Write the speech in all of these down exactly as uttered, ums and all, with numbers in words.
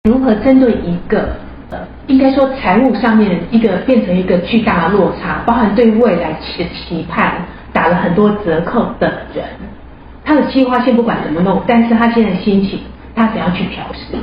如何针对一个呃，应该说财务上面一个变成一个巨大的落差，包含对未来的期盼，打了很多折扣的人，他的计划先不管怎么弄，但是他现在心情，他怎样去调试？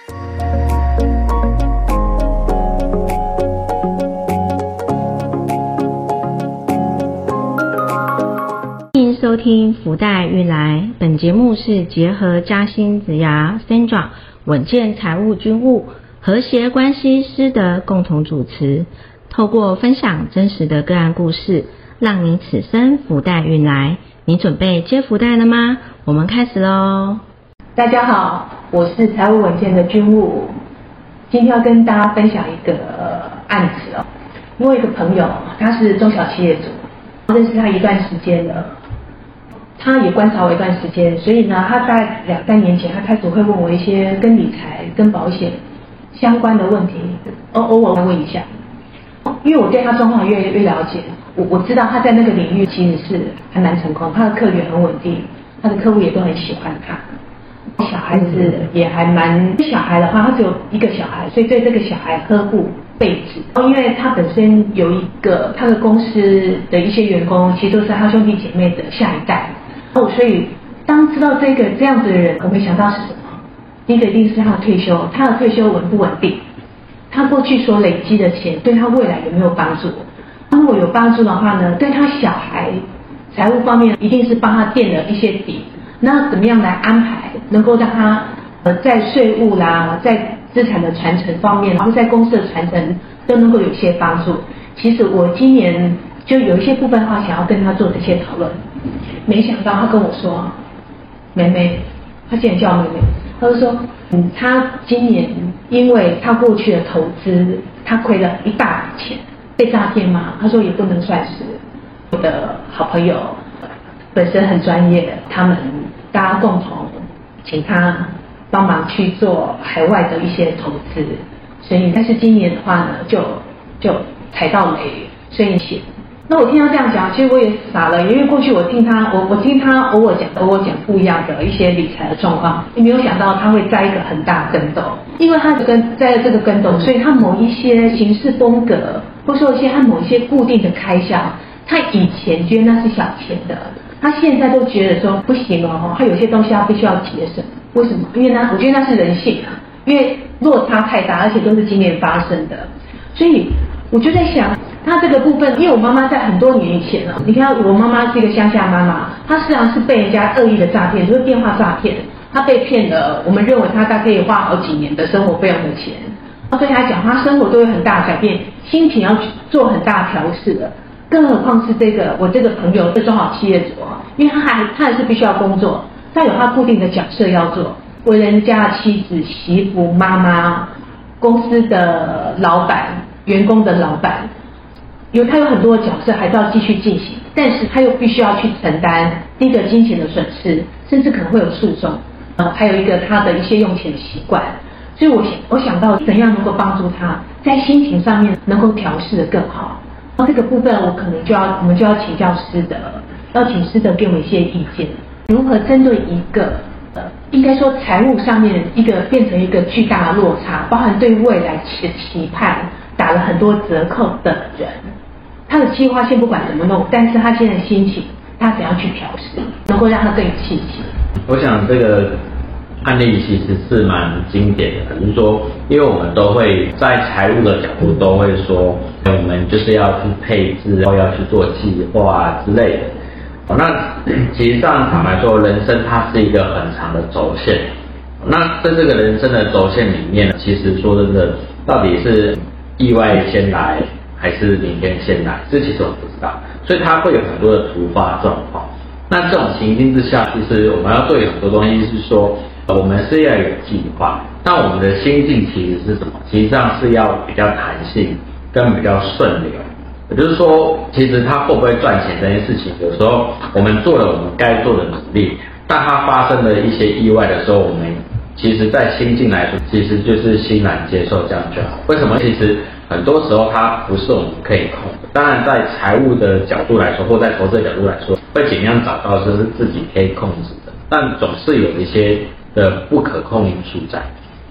欢迎收听福袋运来，本节目是结合嘉兴子牙 Sandra 稳健财务军务和谐关系师的共同主持，透过分享真实的个案故事，让你此生福袋运来。你准备接福袋了吗？我们开始咯。 大家好，我是财务稳健的军务，今天要跟大家分享一个案子哦。因为一个朋友，他是中小企业主，认识他一段时间了，他也观察我一段时间，所以呢，他在两三年前，他开始会问我一些跟理财、跟保险相关的问题，偶偶尔会问一下。因为我对他状况越来越了解，我我知道他在那个领域其实是还蛮成功，他的客源很稳定，他的客户也都很喜欢他。小孩子也还蛮，小孩的话，他只有一个小孩，所以对这个小孩呵护备至。因为他本身有一个他的公司的一些员工，其实都是他兄弟姐妹的下一代。哦，所以当知道这个这样子的人，我没想到是什么？第一个一定是他的退休，他的退休稳不稳定？他过去所累积的钱，对他未来有没有帮助？如果有帮助的话呢，对他小孩财务方面一定是帮他垫了一些底。那怎么样来安排，能够让他呃在税务啦，在资产的传承方面，然后在公司的传承都能够有一些帮助。其实我今年就有一些部分的话，想要跟他做这些讨论。没想到他跟我说，妹妹，他竟然叫我妹妹，他就说，嗯，他今年因为他过去的投资，他亏了一大笔钱，被诈骗吗？他说也不能算是。我的好朋友本身很专业，他们大家共同请他帮忙去做海外的一些投资，所以但是今年的话呢，就就踩到雷，所以险。那我听他这样讲，其实我也傻了，因为过去我听他，我我听他偶尔讲，偶尔讲不一样的一些理财的状况，也没有想到他会栽一个很大的跟斗，因为他跟栽了这个跟斗，所以他某一些行事风格，或说一些他某一些固定的开销，他以前觉得那是小钱的，他现在都觉得说不行哦，他有些东西他必须要节省。为什么？因为呢，我觉得那是人性啊，因为落差太大，而且都是今年发生的，所以我就在想。他这个部分，因为我妈妈在很多年以前啊，你看我妈妈是一个乡下妈妈，她实际上是被人家恶意的诈骗，就是电话诈骗，她被骗了，我们认为她大概可以花好几年的生活费用的钱，所以她讲她生活都有很大的改变，心情要做很大调试的，更何况是这个我这个朋友是中小企业主啊，因为他还他还是必须要工作，他有他固定的角色要做，为人家的妻子、媳妇、妈妈、公司的老板、员工的老板。因为他有很多的角色还是要继续进行，但是他又必须要去承担第一个金钱的损失，甚至可能会有诉讼，呃，还有一个他的一些用钱的习惯，所以我想我想到怎样能够帮助他在心情上面能够调试得更好。那这个部分我可能就要我们就要请教师德，要请师德给我们一些意见，如何针对一个呃，应该说财务上面一个变成一个巨大的落差，包含对未来的期盼，打了很多折扣的人。他的计划先不管怎么弄，但是他现在心情，他怎样去调试，能够让他更有气息。 我想这个案例其实是蛮经典的，就是说，因为我们都会在财务的角度都会说，我们就是要去配置，然后要去做计划之类的。那其实上坦白说，人生它是一个很长的轴线。那在这个人生的轴线里面，其实说真的，到底是意外先来，还是明天先来，这其实我不知道，所以它会有很多的突发状况。那这种情境之下，其实我们要对很多东西是说，我们是要有计划，那我们的心境其实是什么？其实上是要比较弹性，跟比较顺流。也就是说，其实它会不会赚钱这件事情，有时候我们做了我们该做的努力，但它发生了一些意外的时候，我们其实在心境来说，其实就是欣然接受这样就好。为什么？其实很多时候它不是我们可以控的。当然，在财务的角度来说，或在投资的角度来说，会尽量找到就是自己可以控制的，但总是有一些的不可控因素在。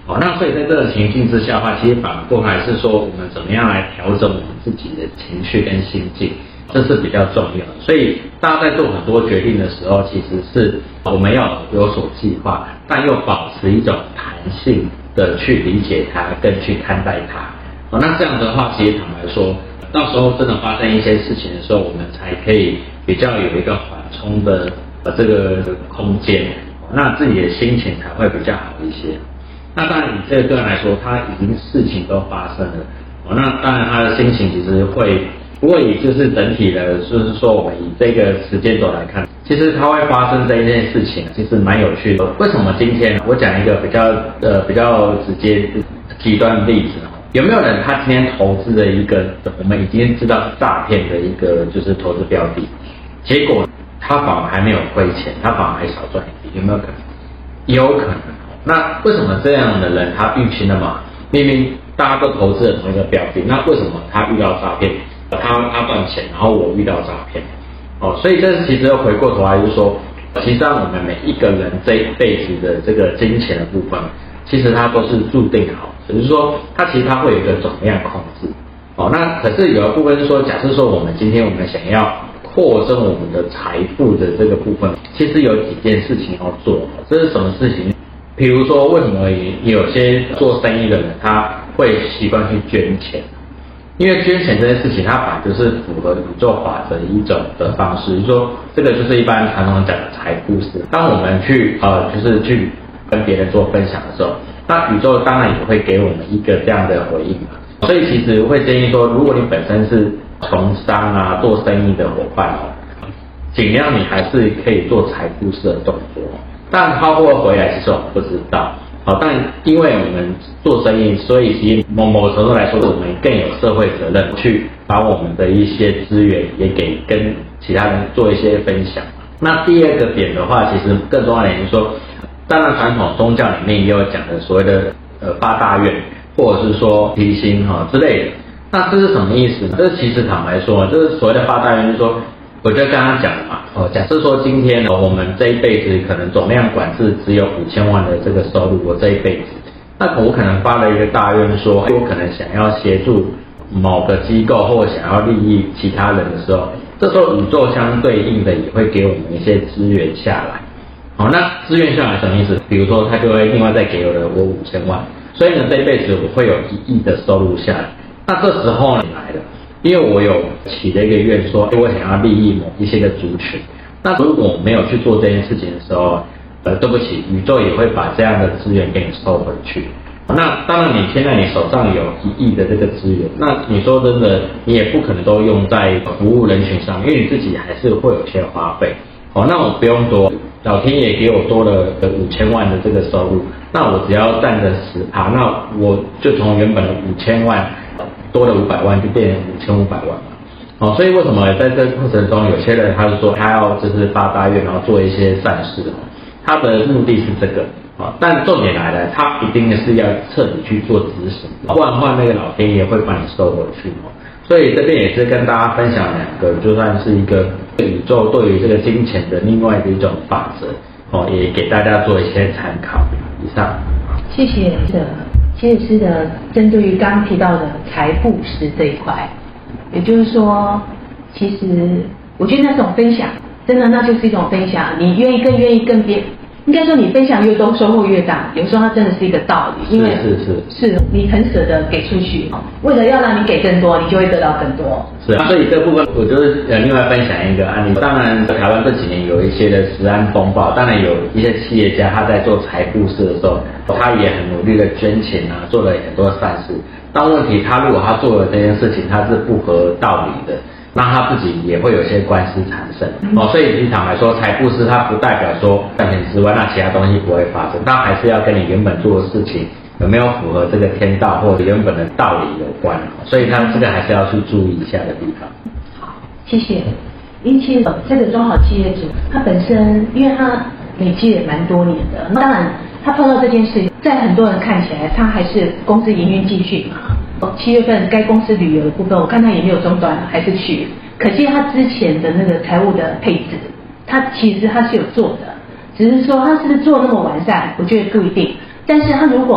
哦，那所以在这个情境之下的话，其实反过来是说我们怎么样来调整我们自己的情绪跟心境，这是比较重要的。所以大家在做很多决定的时候，其实是我们要有所计划，但又保持一种弹性的去理解它，跟去看待它。哦，那这样的话，其实坦白说，到时候真的发生一些事情的时候，我们才可以比较有一个缓冲的呃这个空间，那自己的心情才会比较好一些。那当然以这个个人来说，他已经事情都发生了，哦，那当然他的心情其实会，不过以就是整体的，就是说我们以这个时间轴来看，其实它会发生这一件事情，其实蛮有趣的。为什么今天我讲一个比较呃比较直接极端的例子？有没有人他今天投资了一个我们已经知道是诈骗的一个就是投资标的，结果他反而还没有亏钱，他反而还少赚一笔，有没有可能？也有可能。那为什么这样的人他运气那么好？明明大家都投资了同一个标的，那为什么他遇到诈骗，他他赚钱，然后我遇到诈骗？哦，所以这其实回过头来就是说，其实上我们每一个人这一辈子的这个金钱的部分，其实它都是注定好，只是说它其实它会有一个总量控制。哦，那可是有一部分是说，假设说我们今天我们想要扩增我们的财富的这个部分，其实有几件事情要做。这是什么事情？比如说，为什么有些做生意的人他会习惯去捐钱？因为捐钱这件事情，它本来就是符合宇宙法则一种的方式，就是说这个就是一般传统讲的财富式。当我们去呃，就是去跟别人做分享的时候，那宇宙当然也会给我们一个这样的回应嘛。所以其实会建议说，如果你本身是从商啊、做生意的伙伴哦，尽量你还是可以做财富式的动作。但它会不会回来，其实我们不知道。好，但因为我们做生意，所以其实某某程度来说，我们更有社会责任去把我们的一些资源也给跟其他人做一些分享。那第二个点的话，其实更重要的点是说，当然传统宗教里面也有讲的所谓的呃发大愿，或者是说提心哈之类的。那这是什么意思呢？这其实坦白说，就是所谓的发大愿，就是说，我就刚刚讲的嘛，哦，假设说今天我们这一辈子可能总量管制只有五千万的这个收入，我这一辈子，那我可能发了一个大愿说，我可能想要协助某个机构或者想要利益其他人的时候，这时候宇宙相对应的也会给我们一些资源下来。好，那资源下来什么意思？比如说他就会另外再给我的我五千万，所以呢这一辈子我会有一亿的收入下来。那这时候你来了。因为我有起了一个愿说，我想要利益某一些的族群，那如果我没有去做这件事情的时候，呃，对不起，宇宙也会把这样的资源给你收回去。那当然，你现在你手上有一亿的这个资源，那你说真的，你也不可能都用在服务人群上，因为你自己还是会有些花费。好，那我不用多，老天爷给我多了五千万的这个收入，那我只要占着十趴，那我就从原本的五千万。多了五百万就变成五千五百万嘛，哦，所以为什么在这个过程中，有些人他是说他要就是发大愿，然后做一些善事，他的目的是这个啊，但重点来了，他一定是要彻底去做执行，不然的话那个老天爷会把你收回去哦。所以这边也是跟大家分享两个，就算是一个宇宙对于这个金钱的另外的一种法则哦，也给大家做一些参考。以上， 谢谢的。其实是的，针对于刚刚提到的财布施这一块，也就是说，其实我觉得那种分享，真的那就是一种分享。你愿意更愿意跟别，应该说你分享越多，收获越大。有时候它真的是一个道理，因为是是是， 是你很舍得给出去，为了要让你给更多，你就会得到更多。 是啊，所以这部分我就是呃另外分享一个案例。当然，台湾这几年有一些的食安风暴，当然有一些企业家他在做财布施的时候，他也很努力的捐钱啊，做了很多善事。但问题他如果他做了这件事情，他是不合道理的，那他自己也会有些官司产生。哦，所以坦白说，财布施它不代表说赚钱之外，那其他东西不会发生，它还是要跟你原本做的事情有没有符合这个天道或者原本的道理有关，所以他这个还是要去注意一下的地方。 好，谢谢。因为其实这个中好企业主，他本身因为他累积也蛮多年的，当然他碰到这件事，在很多人看起来，他还是公司营运继续嘛。七月份该公司旅游的部分，我看他也没有中断，还是去。可见他之前的那个财务的配置，他其实他是有做的，只是说他是不是做那么完善，我觉得不一定。但是他如果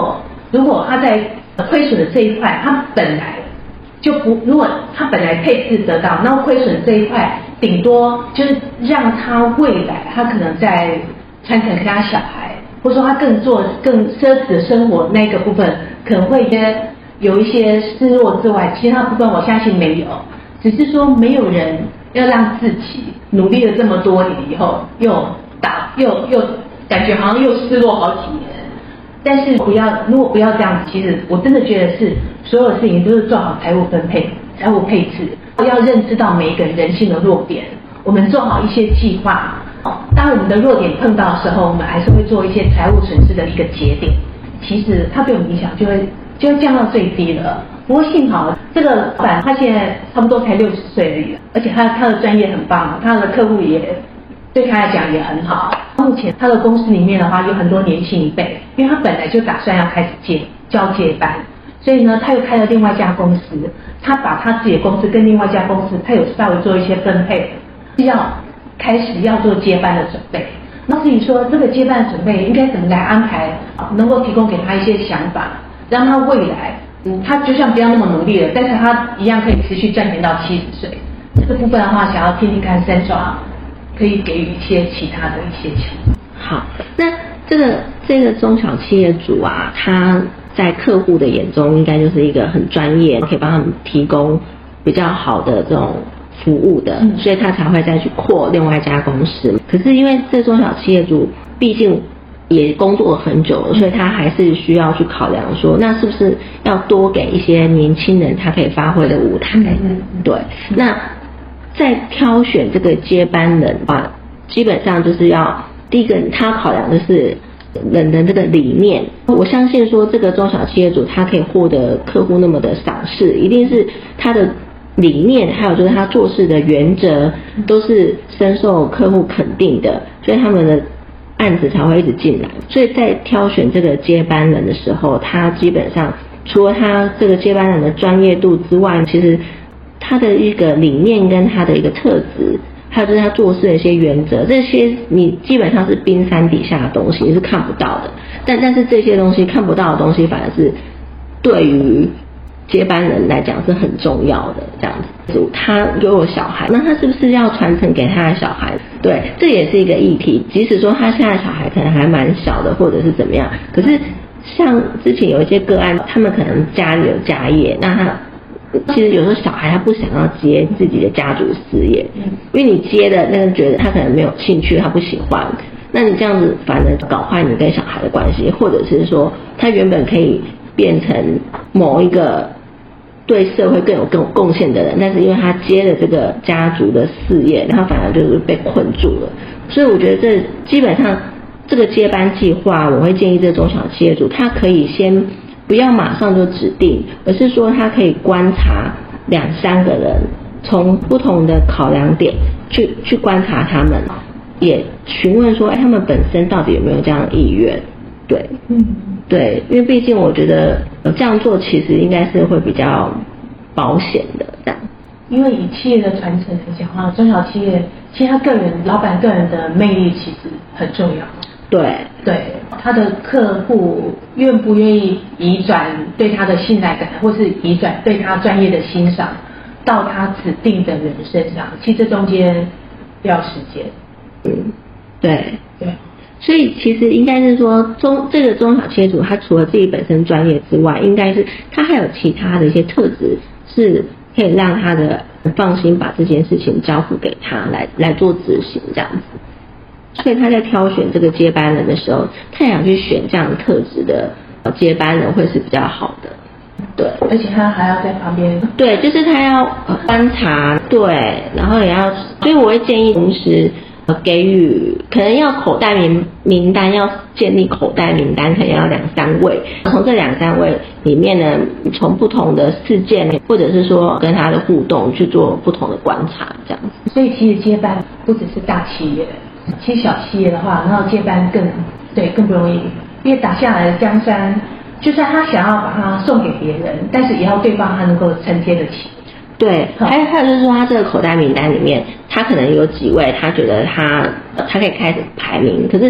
如果他在亏损的这一块，他本来就不，如果他本来配置得到，那亏损这一块，顶多就是让他未来他可能在传承给他小孩，或者说他更做更奢侈的生活那个部分，可能会有一些失落之外，其他部分我相信没有，只是说没有人要让自己努力了这么多年以后，又打又又感觉好像又失落好几年。但是不要，如果不要这样子，其实我真的觉得是所有事情都是做好财务分配、财务配置，要认知到每一个人性的弱点，我们做好一些计划。当我们的弱点碰到的时候，我们还是会做一些财务损失的一个节点。其实它对我们影响就会就会降到最低了。不过幸好这个老板他现在差不多才六十岁而已，而且他他的专业很棒，他的客户也对他来讲也很好。目前他的公司里面的话，有很多年轻一辈，因为他本来就打算要开始接交接班，所以呢，他又开了另外一家公司，他把他自己的公司跟另外一家公司，他有稍微做一些分配，要开始要做接班的准备。那至于说这个接班的准备应该怎么来安排，能够提供给他一些想法，让他未来，嗯，他就算不要那么努力了，但是他一样可以持续赚钱到七十岁。这个部分的话，想要听听看三爪可以给予一些其他的一些钱。 好，那这个这个中小企业主啊，他在客户的眼中应该就是一个很专业，可以帮他们提供比较好的这种服务的， 嗯， 所以他才会再去扩另外一家公司。可是因为这中小企业主毕竟也工作了很久了，所以他还是需要去考量说，那是不是要多给一些年轻人他可以发挥的舞台？ 嗯， 对，那在挑选这个接班人吧，基本上就是要第一个他考量的是人的这个理念。我相信说这个中小企业主他可以获得客户那么的赏识，一定是他的理念，还有就是他做事的原则都是深受客户肯定的，所以他们的案子才会一直进来。所以在挑选这个接班人的时候，他基本上除了他这个接班人的专业度之外，其实他的一个理念跟他的一个特质，还有就是他做事的一些原则，这些你基本上是冰山底下的东西，你是看不到的。但但是这些东西看不到的东西，反而是对于接班人来讲是很重要的。这样子，他又有小孩，那他是不是要传承给他的小孩？对，这也是一个议题。即使说他现在小孩可能还蛮小的，或者是怎么样，可是像之前有一些个案，他们可能家里有家业，那他其实有时候小孩他不想要接自己的家族事业，因为你接的那个觉得他可能没有兴趣，他不喜欢，那你这样子反而搞坏你跟小孩的关系，或者是说他原本可以变成某一个对社会更有更贡献的人，但是因为他接了这个家族的事业，他反而就是被困住了。所以我觉得这基本上这个接班计划，我会建议这中小企业主他可以先不要马上就指定，而是说他可以观察两三个人，从不同的考量点去去观察他们，也询问说，哎，他们本身到底有没有这样的意愿？对， 嗯， 对，因为毕竟我觉得这样做其实应该是会比较保险的，这样。 因为以企业的传承来讲的话，中小企业其实他个人老板个人的魅力其实很重要。 对对，他的客户愿不愿意移转对他的信赖感，或是移转对他专业的欣赏到他指定的人身上，其实这中间要时间。 嗯，对对。 所以其实应该是说中这个中小企业主，他除了自己本身专业之外，应该是他还有其他的一些特质，是可以让他的放心把这件事情交付给他来来做执行这样子。所以他在挑选这个接班人的时候，他想去选这样特质的接班人会是比较好的。对， 而且他还要在旁边。 对，就是他要观察，对，然后也要，所以我会建议同时给予，可能要口袋名名单，要建立口袋名单，可能要两三位，从这两三位里面呢，从不同的事件或者是说跟他的互动去做不同的观察，这样子。 所以其实接班不只是大企业，其实小企业的话，然后接班更对更不容易，因为打下来的江山，就算他想要把它送给别人，但是也要对方他能够承接得起。 对，还有还有就是说，他这个口袋名单里面，他可能有几位，他觉得他他可以开始排名，可是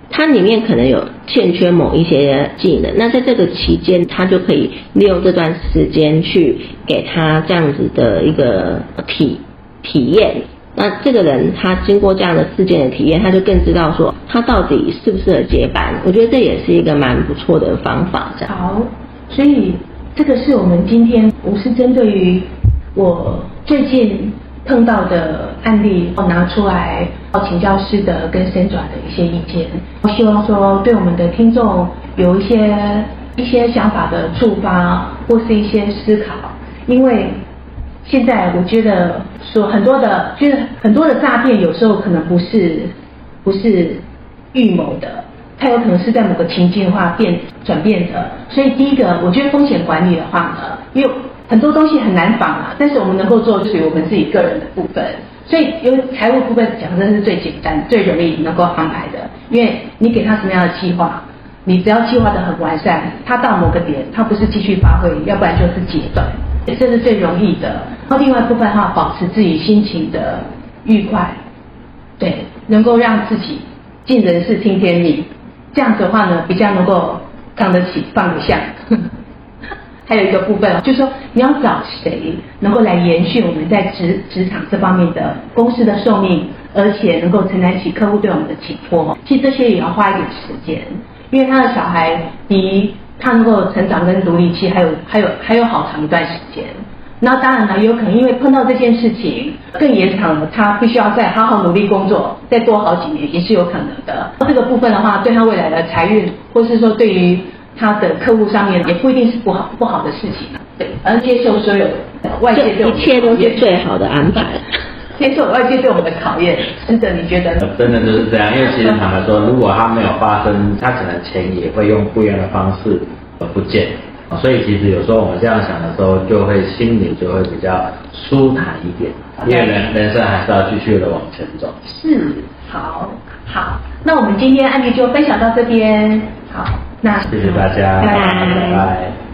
它里面可能有欠缺某一些技能，那在这个期间，他就可以利用这段时间去给他这样子的一个体体验。那这个人他经过这样的事件的体验，他就更知道说他到底适不适合接班。我觉得这也是一个蛮不错的方法。这样好，所以这个是我们今天我是针对于我最近碰到的案例，我拿出来请教师德跟Sandra的一些意见。我希望说对我们的听众有一些一些想法的触发，或是一些思考，因为现在我觉得说很多的，就是很多的诈骗有时候可能不是不是预谋的，它有可能是在某个情境化变转变的。所以第一个，我觉得风险管理的话呢，因为很多东西很难防啊，但是我们能够做属于我们自己个人的部分。所以有财务部分讲真的是最简单、最容易能够安排的，因为你给他什么样的计划，你只要计划的很完善，他到某个点，他不是继续发挥，要不然就是截断。这是最容易的。然后另外部分哈，保持自己心情的愉快，对，能够让自己尽人事听天命，这样子的话呢，比较能够扛得起放得下。还有一个部分就是说你要找谁能够来延续我们在职职场这方面的公司的寿命，而且能够承担起客户对我们的请托。其实这些也要花一点时间，因为他的小孩离他能够成长跟独立期还有还有还有好长一段时间。那当然了，也有可能因为碰到这件事情更延长了，他必须要再好好努力工作，再多好几年也是有可能的。这个部分的话，对他未来的财运，或是说对于他的客户上面，也不一定是不好不好的事情。对，而接受所有外界对我们的一切都是最好的安排。 接受外界对我们的考验，真的你觉得呢？ 真的就是这样，因为其实坦白说，如果它没有发生，它可能钱也会用不一样的方式而不见。所以其实有时候我们这样想的时候，就会心里就会比较舒坦一点，因为人人生还是要继续的往前走。 是，好，好，那我们今天案例就分享到这边，好，那谢谢大家， 拜拜。 拜拜。